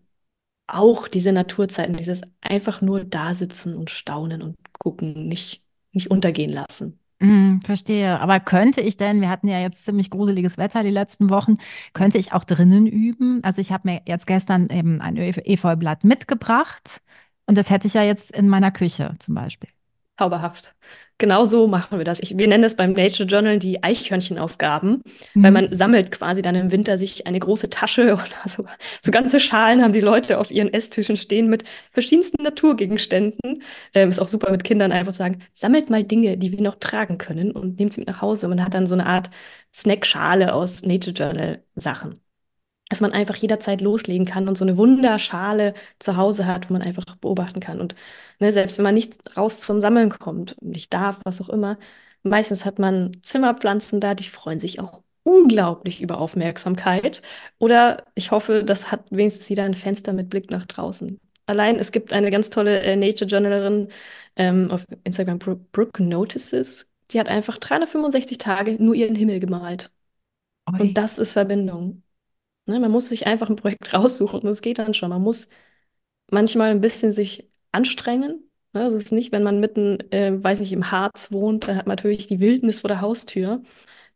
auch diese Naturzeiten, dieses einfach nur da sitzen und staunen und gucken, nicht, nicht untergehen lassen. Mhm, verstehe. Aber könnte ich denn, wir hatten ja jetzt ziemlich gruseliges Wetter die letzten Wochen, könnte ich auch drinnen üben? Also ich habe mir jetzt gestern eben ein Efe- Efeublatt mitgebracht und das hätte ich ja jetzt in meiner Küche zum Beispiel. Zauberhaft. Genau so machen wir das. Ich, wir nennen das beim Nature Journal die Eichhörnchenaufgaben, weil Mhm. man sammelt quasi dann im Winter sich eine große Tasche oder so, so ganze Schalen haben die Leute auf ihren Esstischen stehen mit verschiedensten Naturgegenständen. Ähm, ist auch super mit Kindern einfach zu sagen, sammelt mal Dinge, die wir noch tragen können und nehmt sie mit nach Hause. Man hat dann so eine Art Snackschale aus Nature Journal Sachen, dass man einfach jederzeit loslegen kann und so eine Wunderschale zu Hause hat, wo man einfach beobachten kann. Und ne, selbst wenn man nicht raus zum Sammeln kommt, nicht darf, was auch immer, meistens hat man Zimmerpflanzen da, die freuen sich auch unglaublich über Aufmerksamkeit. Oder ich hoffe, das hat wenigstens jeder ein Fenster mit Blick nach draußen. Allein, es gibt eine ganz tolle äh, Nature Journalerin ähm, auf Instagram, Bro Brooke Notices, die hat einfach dreihundertfünfundsechzig Tage nur ihren Himmel gemalt. Und Ui. das ist Verbindung. Ne, man muss sich einfach ein Projekt raussuchen und es geht dann schon. Man muss manchmal ein bisschen sich anstrengen. Ne, es ist nicht, wenn man mitten, äh, weiß nicht, im Harz wohnt, dann hat man natürlich die Wildnis vor der Haustür.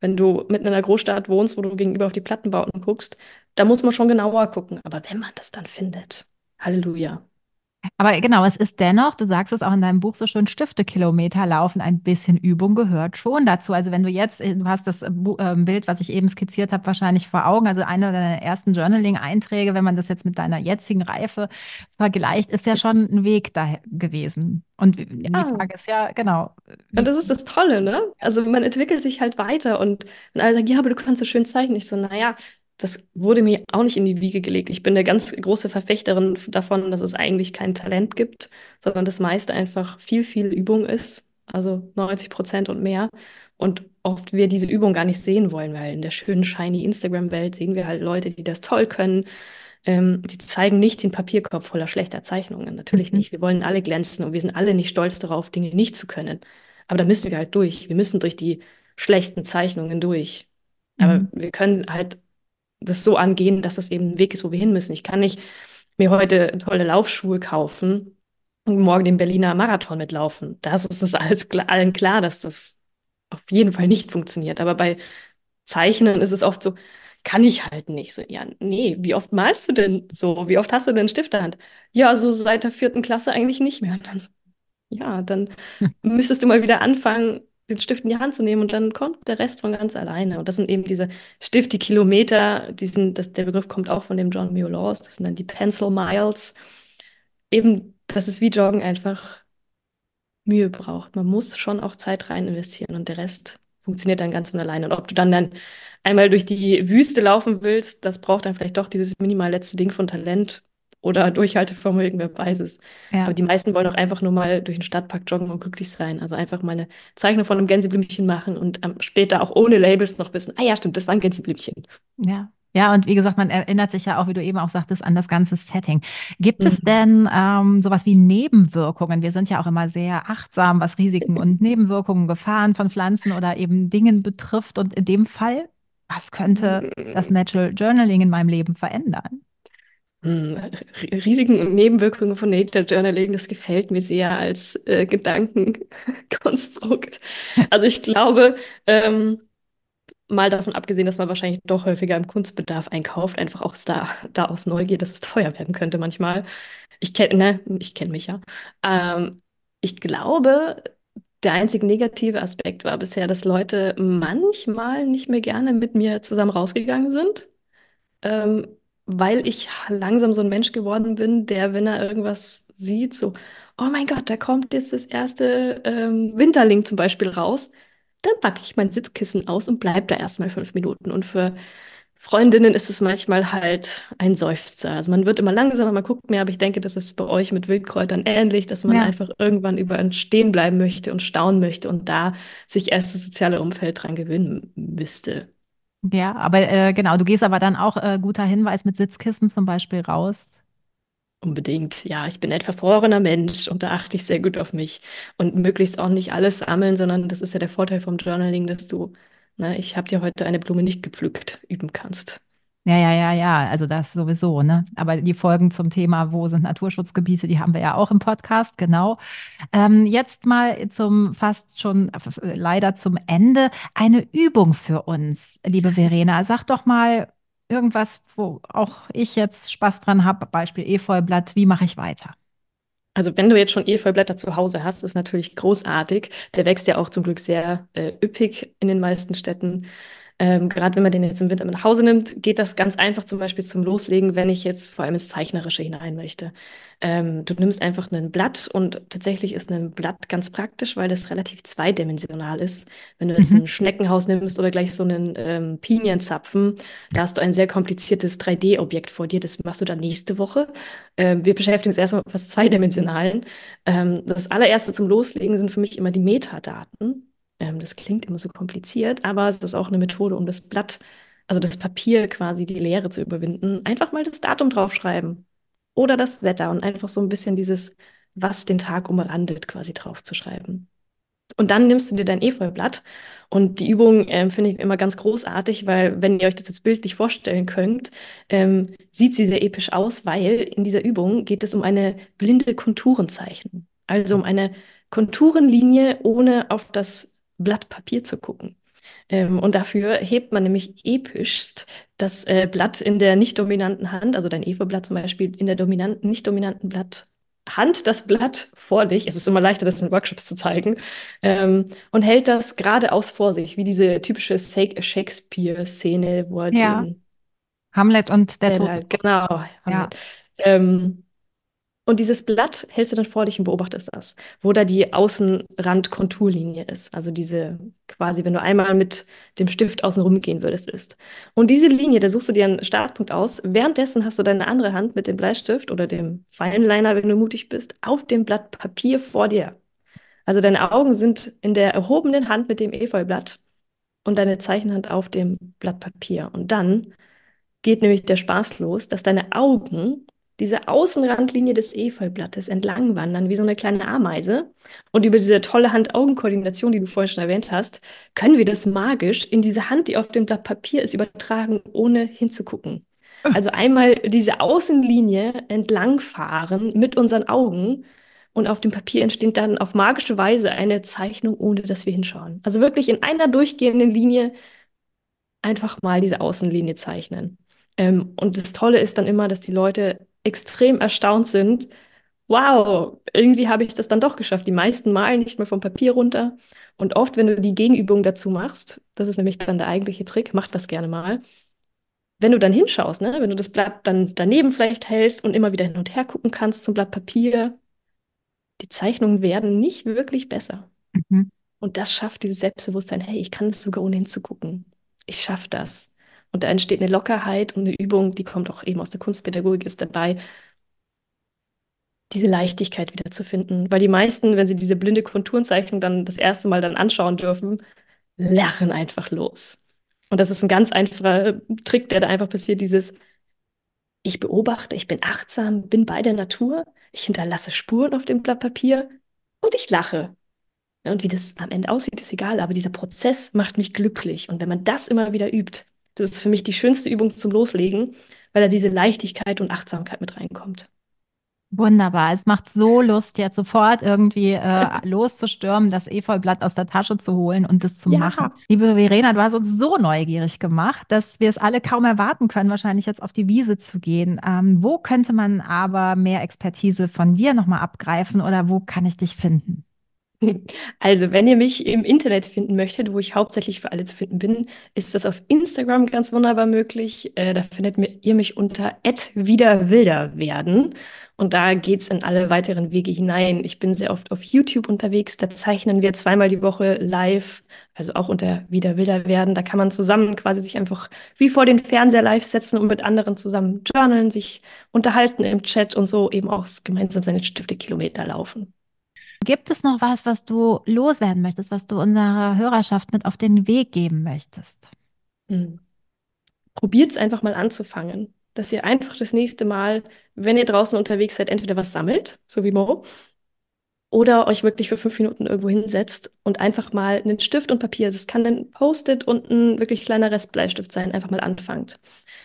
Wenn du mitten in einer Großstadt wohnst, wo du gegenüber auf die Plattenbauten guckst, da muss man schon genauer gucken. Aber wenn man das dann findet, Halleluja. Aber genau, es ist dennoch, du sagst es auch in deinem Buch so schön, Stiftekilometer laufen, ein bisschen Übung gehört schon dazu. Also wenn du jetzt, du hast das Bu- äh, Bild, was ich eben skizziert habe, wahrscheinlich vor Augen, also einer deiner ersten Journaling-Einträge, wenn man das jetzt mit deiner jetzigen Reife vergleicht, ist ja schon ein Weg da gewesen. Und die Ja, Frage ist ja, genau, und wie, das ist das Tolle, ne? Also man entwickelt sich halt weiter und wenn alle sagen, ja, aber du kannst so schön zeichnen. Ich so, naja, das wurde mir auch nicht in die Wiege gelegt. Ich bin eine ganz große Verfechterin davon, dass es eigentlich kein Talent gibt, sondern das meiste einfach viel, viel Übung ist. Also neunzig Prozent und mehr. Und oft wir diese Übung gar nicht sehen wollen, weil in der schönen, shiny Instagram-Welt sehen wir halt Leute, die das toll können. Ähm, die zeigen nicht den Papierkorb voller schlechter Zeichnungen. Natürlich Mhm. nicht. Wir wollen alle glänzen und wir sind alle nicht stolz darauf, Dinge nicht zu können. Aber da müssen wir halt durch. Wir müssen durch die schlechten Zeichnungen durch. Aber Mhm. wir können halt das so angehen, dass das eben ein Weg ist, wo wir hin müssen. Ich kann nicht mir heute tolle Laufschuhe kaufen und morgen den Berliner Marathon mitlaufen. Das ist es alles klar, allen klar, dass das auf jeden Fall nicht funktioniert. Aber bei Zeichnen ist es oft so, kann ich halt nicht. So, ja, nee, wie oft malst du denn so? Wie oft hast du denn einen Stift in der Hand? Ja, so seit der vierten Klasse eigentlich nicht mehr. Und dann so, ja, dann müsstest du mal wieder anfangen, den Stift in die Hand zu nehmen und dann kommt der Rest von ganz alleine. Und das sind eben diese Stifti-Kilometer, diesen, das, der Begriff kommt auch von dem John Muir Laws, das sind dann die Pencil Miles. Eben, das ist wie Joggen einfach Mühe braucht. Man muss schon auch Zeit rein investieren und der Rest funktioniert dann ganz von alleine. Und ob du dann dann einmal durch die Wüste laufen willst, das braucht dann vielleicht doch dieses minimal letzte Ding von Talent oder Durchhaltevermögen, wer weiß es. Aber Ja. die meisten wollen auch einfach nur mal durch den Stadtpark joggen und glücklich sein. Also einfach mal eine Zeichnung von einem Gänseblümchen machen und ähm, später auch ohne Labels noch wissen, ah ja, stimmt, das war ein Gänseblümchen. Ja. Ja, und wie gesagt, man erinnert sich ja auch, wie du eben auch sagtest, an das ganze Setting. Gibt es Mhm. denn ähm, sowas wie Nebenwirkungen? Wir sind ja auch immer sehr achtsam, was Risiken und Nebenwirkungen, Gefahren von Pflanzen oder eben Dingen betrifft. Und in dem Fall, was könnte das Natural Journaling in meinem Leben verändern? Hm, Risiken und Nebenwirkungen von Nature Journaling, das gefällt mir sehr als äh, Gedankenkonstrukt. Also ich glaube, ähm, mal davon abgesehen, dass man wahrscheinlich doch häufiger im Kunstbedarf einkauft, einfach auch da, da aus Neugier, dass es teuer werden könnte manchmal. Ich kenne, ne, ich kenne mich ja. Ähm, ich glaube, der einzige negative Aspekt war bisher, dass Leute manchmal nicht mehr gerne mit mir zusammen rausgegangen sind, ähm, weil ich langsam so ein Mensch geworden bin, der, wenn er irgendwas sieht, so, oh mein Gott, da kommt jetzt das erste ähm, Winterling zum Beispiel raus, dann packe ich mein Sitzkissen aus und bleib da erstmal fünf Minuten. Und für Freundinnen ist es manchmal halt ein Seufzer. Also man wird immer langsamer, man guckt mehr, aber ich denke, das ist bei euch mit Wildkräutern ähnlich, dass man Ja. einfach irgendwann überall stehen bleiben möchte und staunen möchte und da sich erst das soziale Umfeld dran gewöhnen müsste. Ja, aber äh, genau, du gehst aber dann auch, äh, guter Hinweis, mit Sitzkissen zum Beispiel raus. Unbedingt, ja, ich bin ein verfrorener Mensch und da achte ich sehr gut auf mich und möglichst auch nicht alles sammeln, sondern das ist ja der Vorteil vom Journaling, dass du, ne, ich habe dir heute eine Blume nicht gepflückt, üben kannst. Ja, ja, ja, ja, also das sowieso, ne? Aber die Folgen zum Thema, wo sind Naturschutzgebiete, die haben wir ja auch im Podcast, genau. Ähm, jetzt mal zum fast schon äh, leider zum Ende eine Übung für uns, liebe Verena. Sag doch mal irgendwas, wo auch ich jetzt Spaß dran habe, Beispiel Efeublatt, wie mache ich weiter? Also wenn du jetzt schon Efeublätter zu Hause hast, ist natürlich großartig. Der wächst ja auch zum Glück sehr äh, üppig in den meisten Städten. Ähm, gerade wenn man den jetzt im Winter mit nach Hause nimmt, geht das ganz einfach zum Beispiel zum Loslegen, wenn ich jetzt vor allem ins Zeichnerische hinein möchte. Ähm, du nimmst einfach ein Blatt und tatsächlich ist ein Blatt ganz praktisch, weil das relativ zweidimensional ist. Wenn du jetzt Mhm. ein Schneckenhaus nimmst oder gleich so einen ähm, Pinienzapfen, da hast du ein sehr kompliziertes drei D-Objekt vor dir. Das machst du dann nächste Woche. Ähm, wir beschäftigen uns erstmal mit was Zweidimensionalen. Ähm, das allererste zum Loslegen sind für mich immer die Metadaten. Ähm, das klingt immer so kompliziert, aber es ist auch eine Methode, um das Blatt, also das Papier quasi, die Leere zu überwinden. Einfach mal das Datum draufschreiben oder das Wetter und einfach so ein bisschen dieses, was den Tag umrandet, quasi draufzuschreiben. Und dann nimmst du dir dein Efeublatt und die Übung ähm, finde ich immer ganz großartig, weil wenn ihr euch das jetzt bildlich vorstellen könnt, ähm, sieht sie sehr episch aus, weil in dieser Übung geht es um eine blinde Konturenzeichnung. Also um eine Konturenlinie, ohne auf das Blatt Papier zu gucken. Ähm, und dafür hebt man nämlich epischst das äh, Blatt in der nicht dominanten Hand, also dein Efeublatt zum Beispiel, in der dominanten, nicht dominanten Blatt. Hand das Blatt vor dich. Es ist immer leichter, das in Workshops zu zeigen. Ähm, und hält das geradeaus vor sich, wie diese typische Sa- Shakespeare-Szene, wo er Ja. den, Hamlet und der der Tote. da, genau, Ja. Hamlet. Ähm, und dieses Blatt hältst du dann vor dich und beobachtest das, wo da die Außenrand-Konturlinie ist. Also diese quasi, wenn du einmal mit dem Stift außen rumgehen würdest, ist. Und diese Linie, da suchst du dir einen Startpunkt aus. Währenddessen hast du deine andere Hand mit dem Bleistift oder dem Fineliner, wenn du mutig bist, auf dem Blatt Papier vor dir. Also deine Augen sind in der erhobenen Hand mit dem Efeublatt und deine Zeichenhand auf dem Blatt Papier. Und dann geht nämlich der Spaß los, dass deine Augen diese Außenrandlinie des Efeublattes entlang wandern, wie so eine kleine Ameise. Und über diese tolle Hand-Augen-Koordination, die du vorhin schon erwähnt hast, können wir das magisch in diese Hand, die auf dem Blatt Papier ist, übertragen, ohne hinzugucken. Also einmal diese Außenlinie entlangfahren mit unseren Augen und auf dem Papier entsteht dann auf magische Weise eine Zeichnung, ohne dass wir hinschauen. Also wirklich in einer durchgehenden Linie einfach mal diese Außenlinie zeichnen. Ähm, und das Tolle ist dann immer, dass die Leute extrem erstaunt sind. Wow, irgendwie habe ich das dann doch geschafft. Die meisten malen nicht mehr vom Papier runter. Und oft, wenn du die Gegenübung dazu machst, das ist nämlich dann der eigentliche Trick, mach das gerne mal. Wenn du dann hinschaust, ne, wenn du das Blatt dann daneben vielleicht hältst und immer wieder hin und her gucken kannst zum Blatt Papier, die Zeichnungen werden nicht wirklich besser. Mhm. Und das schafft dieses Selbstbewusstsein, hey, ich kann es sogar ohne hinzugucken. Ich schaffe das. Und da entsteht eine Lockerheit und eine Übung, die kommt auch eben aus der Kunstpädagogik, ist dabei, diese Leichtigkeit wiederzufinden. Weil die meisten, wenn sie diese blinde Konturenzeichnung dann das erste Mal dann anschauen dürfen, lachen einfach los. Und das ist ein ganz einfacher Trick, der da einfach passiert, dieses, ich beobachte, ich bin achtsam, bin bei der Natur, ich hinterlasse Spuren auf dem Blatt Papier und ich lache. Ja, und wie das am Ende aussieht, ist egal, aber dieser Prozess macht mich glücklich. Und wenn man das immer wieder übt, das ist für mich die schönste Übung zum Loslegen, weil da diese Leichtigkeit und Achtsamkeit mit reinkommt. Wunderbar. Es macht so Lust, jetzt sofort irgendwie äh, loszustürmen, das Efeublatt aus der Tasche zu holen und das zu machen. Ja. Liebe Verena, du hast uns so neugierig gemacht, dass wir es alle kaum erwarten können, wahrscheinlich jetzt auf die Wiese zu gehen. Ähm, wo könnte man aber mehr Expertise von dir nochmal abgreifen oder wo kann ich dich finden? Also, wenn ihr mich im Internet finden möchtet, wo ich hauptsächlich für alle zu finden bin, ist das auf Instagram ganz wunderbar möglich. Äh, da findet mir- ihr mich unter @wiederwilderwerden. Und da geht's in alle weiteren Wege hinein. Ich bin sehr oft auf YouTube unterwegs. Da zeichnen wir zweimal die Woche live, also auch unter Wieder wilder werden. Da kann man zusammen quasi sich einfach wie vor den Fernseher live setzen und mit anderen zusammen journalen, sich unterhalten im Chat und so eben auch gemeinsam seine Stifte-Kilometer laufen. Gibt es noch was, was du loswerden möchtest, was du unserer Hörerschaft mit auf den Weg geben möchtest? Mhm. Probiert es einfach mal anzufangen, dass ihr einfach das nächste Mal, wenn ihr draußen unterwegs seid, entweder was sammelt, so wie Mo, oder euch wirklich für fünf Minuten irgendwo hinsetzt und einfach mal einen Stift und Papier, das kann ein Post-it und ein wirklich kleiner Restbleistift sein, einfach mal anfangt.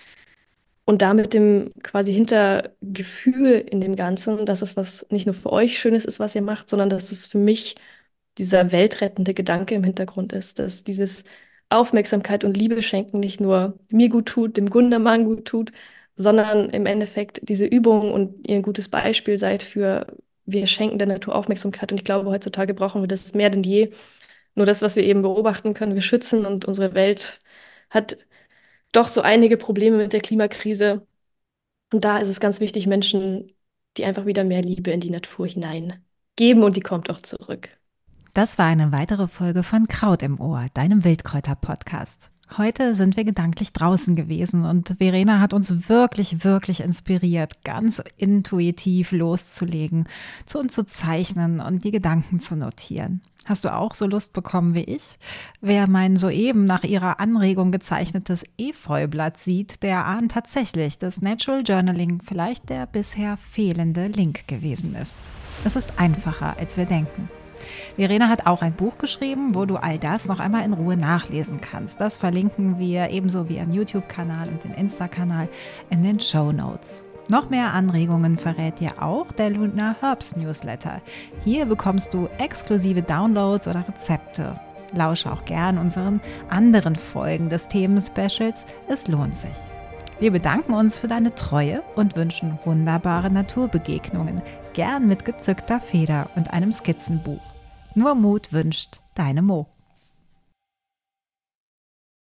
Und da mit dem quasi Hintergefühl in dem Ganzen, dass es was nicht nur für euch Schönes ist, was ihr macht, sondern dass es für mich dieser weltrettende Gedanke im Hintergrund ist, dass dieses Aufmerksamkeit und Liebe schenken nicht nur mir gut tut, dem Gundermann gut tut, sondern im Endeffekt diese Übung und ihr ein gutes Beispiel seid für, wir schenken der Natur Aufmerksamkeit. Und ich glaube, heutzutage brauchen wir das mehr denn je. Nur das, was wir eben beobachten können, wir schützen und unsere Welt hat doch so einige Probleme mit der Klimakrise. Und da ist es ganz wichtig, Menschen, die einfach wieder mehr Liebe in die Natur hineingeben und die kommt auch zurück. Das war eine weitere Folge von Kraut im Ohr, deinem Wildkräuter-Podcast. Heute sind wir gedanklich draußen gewesen und Verena hat uns wirklich, wirklich inspiriert, ganz intuitiv loszulegen, zu uns zu zeichnen und die Gedanken zu notieren. Hast du auch so Lust bekommen wie ich? Wer mein soeben nach ihrer Anregung gezeichnetes Efeublatt sieht, der ahnt tatsächlich, dass Natural Journaling vielleicht der bisher fehlende Link gewesen ist. Es ist einfacher, als wir denken. Verena hat auch ein Buch geschrieben, wo du all das noch einmal in Ruhe nachlesen kannst. Das verlinken wir ebenso wie ihren YouTube-Kanal und den Insta-Kanal in den Shownotes. Noch mehr Anregungen verrät dir auch der Luna Herbs Newsletter. Hier bekommst du exklusive Downloads oder Rezepte. Lausche auch gern unseren anderen Folgen des Themen-Specials. Es lohnt sich. Wir bedanken uns für deine Treue und wünschen wunderbare Naturbegegnungen, gern mit gezückter Feder und einem Skizzenbuch. Nur Mut wünscht, deine Mo.